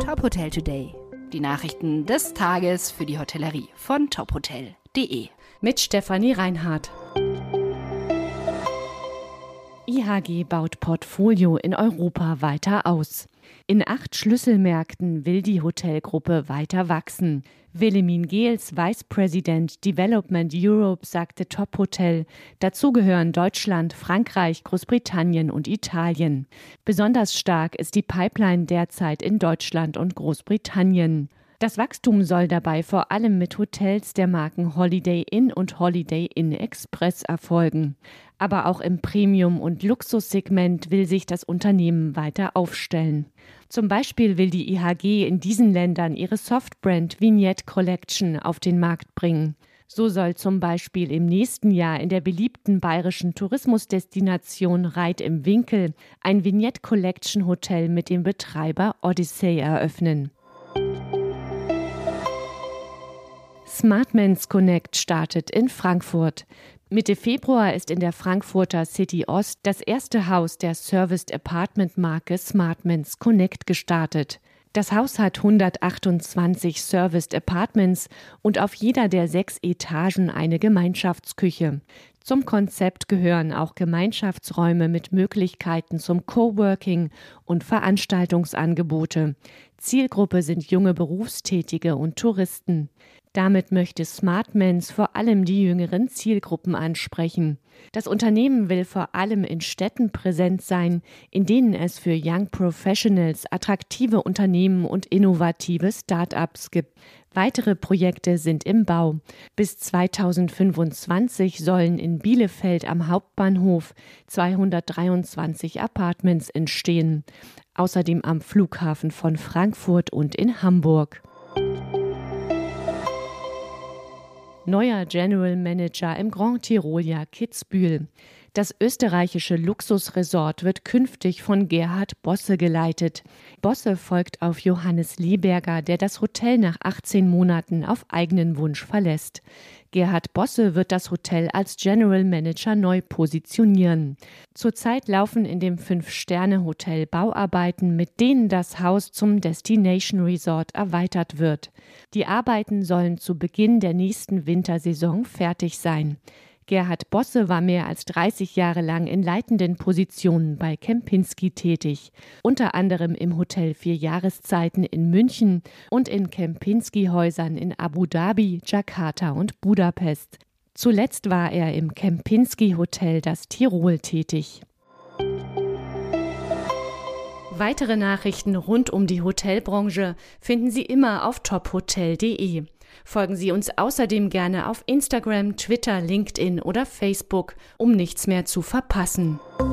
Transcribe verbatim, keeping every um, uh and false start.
Top Hotel Today. Die Nachrichten des Tages für die Hotellerie von top hotel punkt de. Mit Stefanie Reinhardt. I H G baut Portfolio in Europa weiter aus. In acht Schlüsselmärkten will die Hotelgruppe weiter wachsen. Wilhelmin Gehls, Vice President Development Europe, sagte Top Hotel. Dazu gehören Deutschland, Frankreich, Großbritannien und Italien. Besonders stark ist die Pipeline derzeit in Deutschland und Großbritannien. Das Wachstum soll dabei vor allem mit Hotels der Marken Holiday Inn und Holiday Inn Express erfolgen. Aber auch im Premium- und Luxussegment will sich das Unternehmen weiter aufstellen. Zum Beispiel will die I H G in diesen Ländern ihre Softbrand Vignette Collection auf den Markt bringen. So soll zum Beispiel im nächsten Jahr in der beliebten bayerischen Tourismusdestination Reit im Winkel ein Vignette Collection Hotel mit dem Betreiber Odyssey eröffnen. Smartmans Connect startet in Frankfurt. Mitte Februar ist in der Frankfurter City Ost das erste Haus der Serviced Apartment Marke Smartmans Connect gestartet. Das Haus hat hundertachtundzwanzig Serviced Apartments und auf jeder der sechs Etagen eine Gemeinschaftsküche. Zum Konzept gehören auch Gemeinschaftsräume mit Möglichkeiten zum Coworking und Veranstaltungsangebote. Zielgruppe sind junge Berufstätige und Touristen. Damit möchte Smartmans vor allem die jüngeren Zielgruppen ansprechen. Das Unternehmen will vor allem in Städten präsent sein, in denen es für Young Professionals attraktive Unternehmen und innovative Start-ups gibt. Weitere Projekte sind im Bau. Bis zweitausendfünfundzwanzig sollen in Bielefeld am Hauptbahnhof zweihundertdreiundzwanzig Apartments entstehen. Außerdem am Flughafen von Frankfurt und in Hamburg. Neuer General Manager im Grand Tyrolia Kitzbühel. Das österreichische Luxusresort wird künftig von Gerhard Bosse geleitet. Bosse folgt auf Johannes Lieberger, der das Hotel nach achtzehn Monaten auf eigenen Wunsch verlässt. Gerhard Bosse wird das Hotel als General Manager neu positionieren. Zurzeit laufen in dem Fünf-Sterne-Hotel Bauarbeiten, mit denen das Haus zum Destination Resort erweitert wird. Die Arbeiten sollen zu Beginn der nächsten Wintersaison fertig sein. Gerhard Bosse war mehr als dreißig Jahre lang in leitenden Positionen bei Kempinski tätig, unter anderem im Hotel Vier Jahreszeiten in München und in Kempinski-Häusern in Abu Dhabi, Jakarta und Budapest. Zuletzt war er im Kempinski-Hotel das Tirol tätig. Weitere Nachrichten rund um die Hotelbranche finden Sie immer auf top hotel punkt de. Folgen Sie uns außerdem gerne auf Instagram, Twitter, LinkedIn oder Facebook, um nichts mehr zu verpassen.